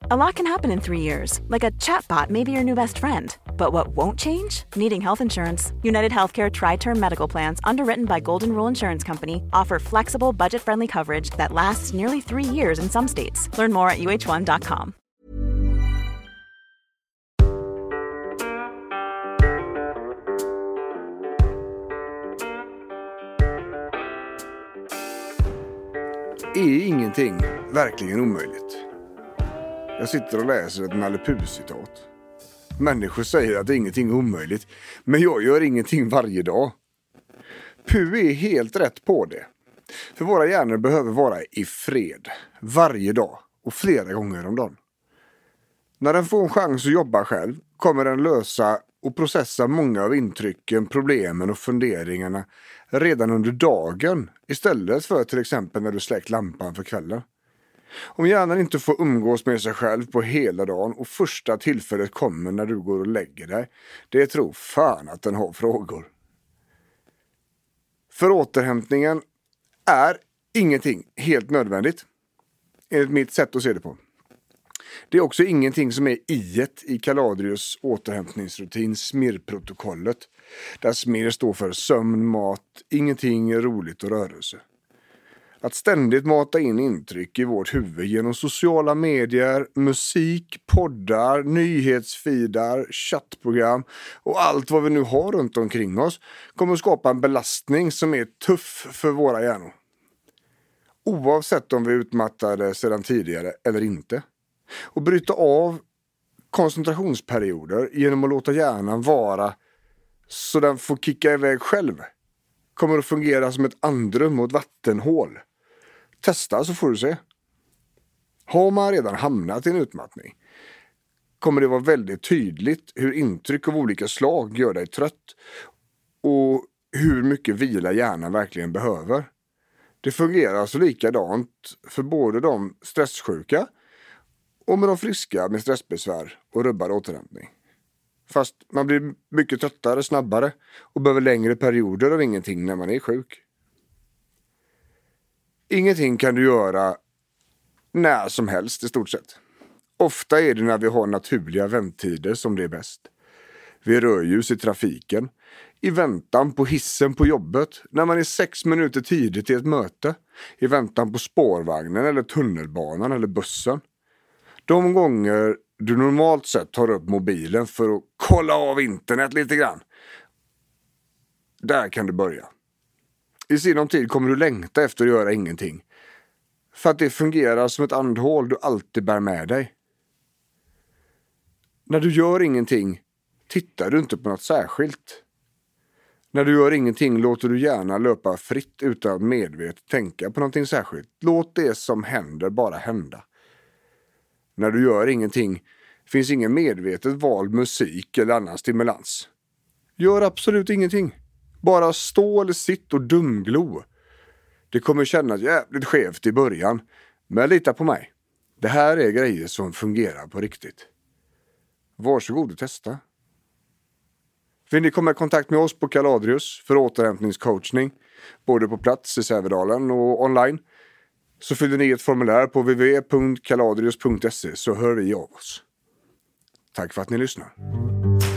A lot can happen in 3 years, like a chatbot may be your new best friend. But what won't change? Needing health insurance. United Healthcare Tri-Term Medical Plans, underwritten by Golden Rule Insurance Company, offer flexible, budget-friendly coverage that lasts nearly 3 years in some states. Learn more at uh1.com. Är ingenting verkligen omöjligt? Jag sitter och läser ett Nalle Puh-citat. Människor säger att ingenting är omöjligt, men jag gör ingenting varje dag. Puh är helt rätt på det. För våra hjärnor behöver vara i fred varje dag och flera gånger om dagen. När den får en chans att jobba själv kommer den lösa och processa många av intrycken, problemen och funderingarna redan under dagen istället för till exempel när du släckt lampan för kvällen. Om hjärnan inte får umgås med sig själv på hela dagen och första tillfället kommer när du går och lägger dig, det tror fan att den har frågor. För återhämtningen är ingenting helt nödvändigt, enligt mitt sätt att se det på. Det är också ingenting som är i Caladrius återhämtningsrutin, SMIR-protokollet, där SMIR står för sömn, mat, ingenting roligt och rörelse. Att ständigt mata in intryck i vårt huvud genom sociala medier, musik, poddar, nyhetsfeedar, chattprogram och allt vad vi nu har runt omkring oss kommer att skapa en belastning som är tuff för våra hjärnor. Oavsett om vi är utmattade sedan tidigare eller inte. Och bryta av koncentrationsperioder genom att låta hjärnan vara så den får kicka iväg själv kommer att fungera som ett andrum och ett vattenhål. Testa så får du se. Har man redan hamnat i en utmattning kommer det vara väldigt tydligt hur intryck av olika slag gör dig trött och hur mycket vila hjärnan verkligen behöver. Det fungerar alltså likadant för både de stresssjuka och med de friska med stressbesvär och rubbad återhämtning. Fast man blir mycket tröttare snabbare och behöver längre perioder av ingenting när man är sjuk. Ingenting kan du göra när som helst i stort sett. Ofta är det när vi har naturliga vänttider som det är bäst. Vid rödljus i trafiken, i väntan på hissen på jobbet, när man är 6 minuter tidigt till ett möte, i väntan på spårvagnen eller tunnelbanan eller bussen. De gånger du normalt sett tar upp mobilen för att kolla av internet lite grann. Där kan du börja. I sinom tid kommer du längta efter att göra ingenting. För att det fungerar som ett andhål du alltid bär med dig. När du gör ingenting tittar du inte på något särskilt. När du gör ingenting låter du gärna löpa fritt utan att medvetet tänka på någonting särskilt. Låt det som händer bara hända. När du gör ingenting finns ingen medvetet vald musik eller annan stimulans. Gör absolut ingenting. Bara stå eller sitt och dumglo. Det kommer kännas jävligt skevt i början. Men lita på mig. Det här är grejer som fungerar på riktigt. Varsågod och testa. Vill ni komma i kontakt med oss på Caladrius för återhämtningscoachning, både på plats i Sävedalen och online, så fyller ni ett formulär på www.caladrius.se så hör vi av oss. Tack för att ni lyssnar.